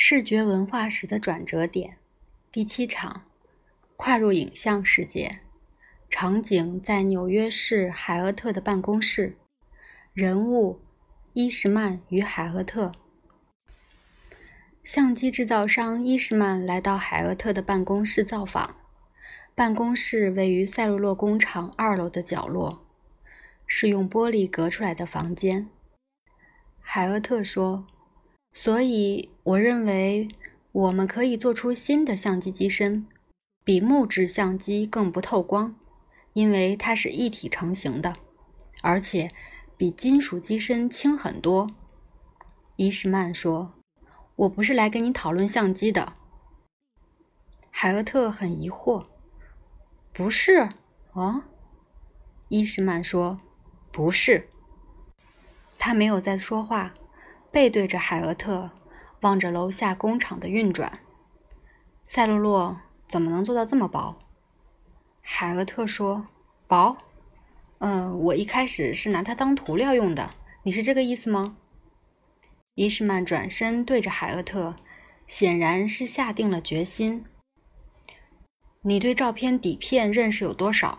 视觉文化史的转折点，第7场，跨入影像世界。场景在纽约市海厄特的办公室。人物伊什曼与海厄特。相机制造商伊什曼来到海厄特的办公室造访。办公室位于赛璐珞工厂2楼的角落，是用玻璃隔出来的房间。海厄特说，所以我认为我们可以做出新的相机机身，比木质相机更不透光，因为它是一体成型的，而且比金属机身轻很多。伊什曼说，我不是来跟你讨论相机的。海厄特很疑惑，不是？哦？伊什曼说，不是。他没有再说话，背对着海厄特，望着楼下工厂的运转。赛璐珞怎么能做到这么薄？海厄特说，薄？我一开始是拿它当涂料用的，你是这个意思吗？伊什曼转身对着海厄特，显然是下定了决心。你对照片底片认识有多少？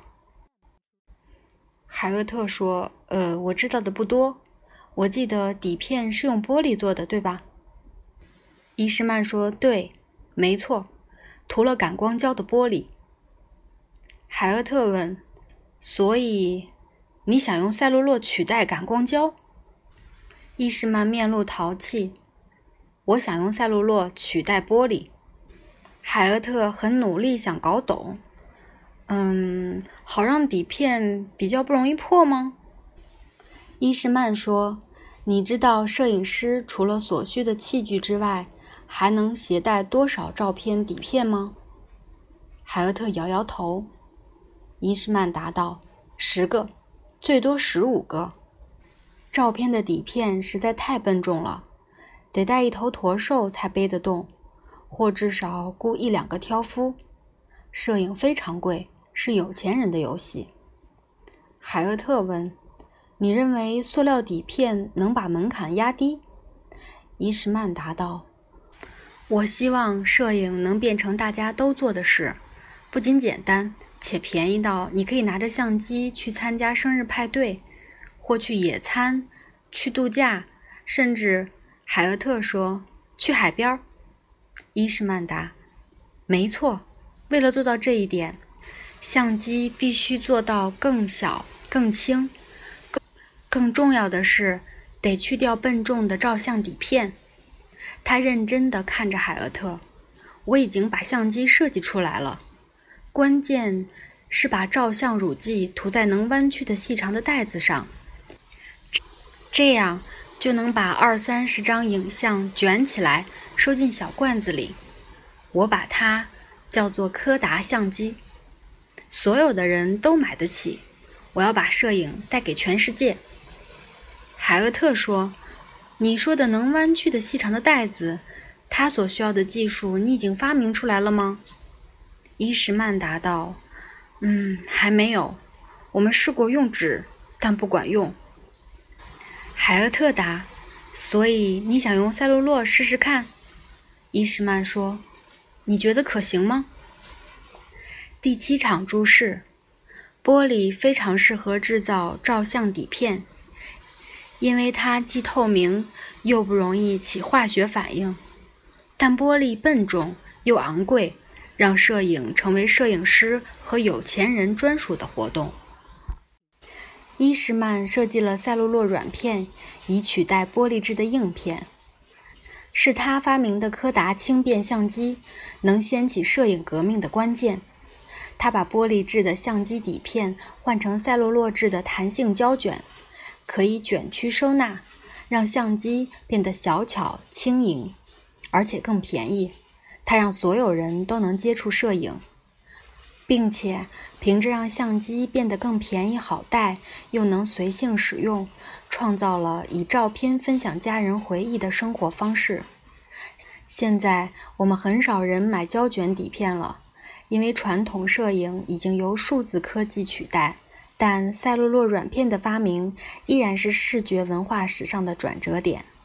海厄特说，我知道的不多。我记得底片是用玻璃做的，对吧？伊什曼说，对，没错，涂了感光胶的玻璃。海厄特问，所以你想用赛璐珞取代感光胶？伊什曼面露淘气，我想用赛璐珞取代玻璃。海厄特很努力想搞懂，好让底片比较不容易破吗？伊什曼说，你知道摄影师除了所需的器具之外，还能携带多少照片底片吗？海厄特摇摇头。伊什曼答道，10个，最多15个。照片的底片实在太笨重了，得带一头驼兽才背得动，或至少雇1-2个挑夫。摄影非常贵，是有钱人的游戏。海厄特问，你认为塑料底片能把门槛压低？伊什曼答道，我希望摄影能变成大家都做的事，不仅简单，且便宜到你可以拿着相机去参加生日派对，或去野餐，去度假，甚至海厄特说去海边。伊什曼答，没错，为了做到这一点，相机必须做到更小更轻，更重要的是得去掉笨重的照相底片。他认真地看着海厄特，我已经把相机设计出来了，关键是把照相乳剂涂在能弯曲的细长的带子上，这样就能把20-30张影像卷起来收进小罐子里。我把它叫做柯达相机，所有的人都买得起。我要把摄影带给全世界。海厄特说，你说的能弯曲的细长的带子，它所需要的技术你已经发明出来了吗？伊什曼答道，还没有，我们试过用纸，但不管用。海厄特答，所以你想用赛璐珞试试看？伊什曼说，你觉得可行吗？第7场注释，玻璃非常适合制造照相底片，因为它既透明又不容易起化学反应，但玻璃笨重又昂贵，让摄影成为摄影师和有钱人专属的活动。伊什曼设计了赛璐珞软片，以取代玻璃制的硬片。是他发明的柯达轻便相机能掀起摄影革命的关键。他把玻璃制的相机底片换成赛璐珞制的弹性胶卷，可以卷曲收纳，让相机变得小巧轻盈，而且更便宜。它让所有人都能接触摄影，并且凭着让相机变得更便宜好带，又能随性使用，创造了以照片分享家人回忆的生活方式。现在我们很少人买胶卷底片了，因为传统摄影已经由数字科技取代，但赛璐珞软片的发明依然是视觉文化史上的转折点。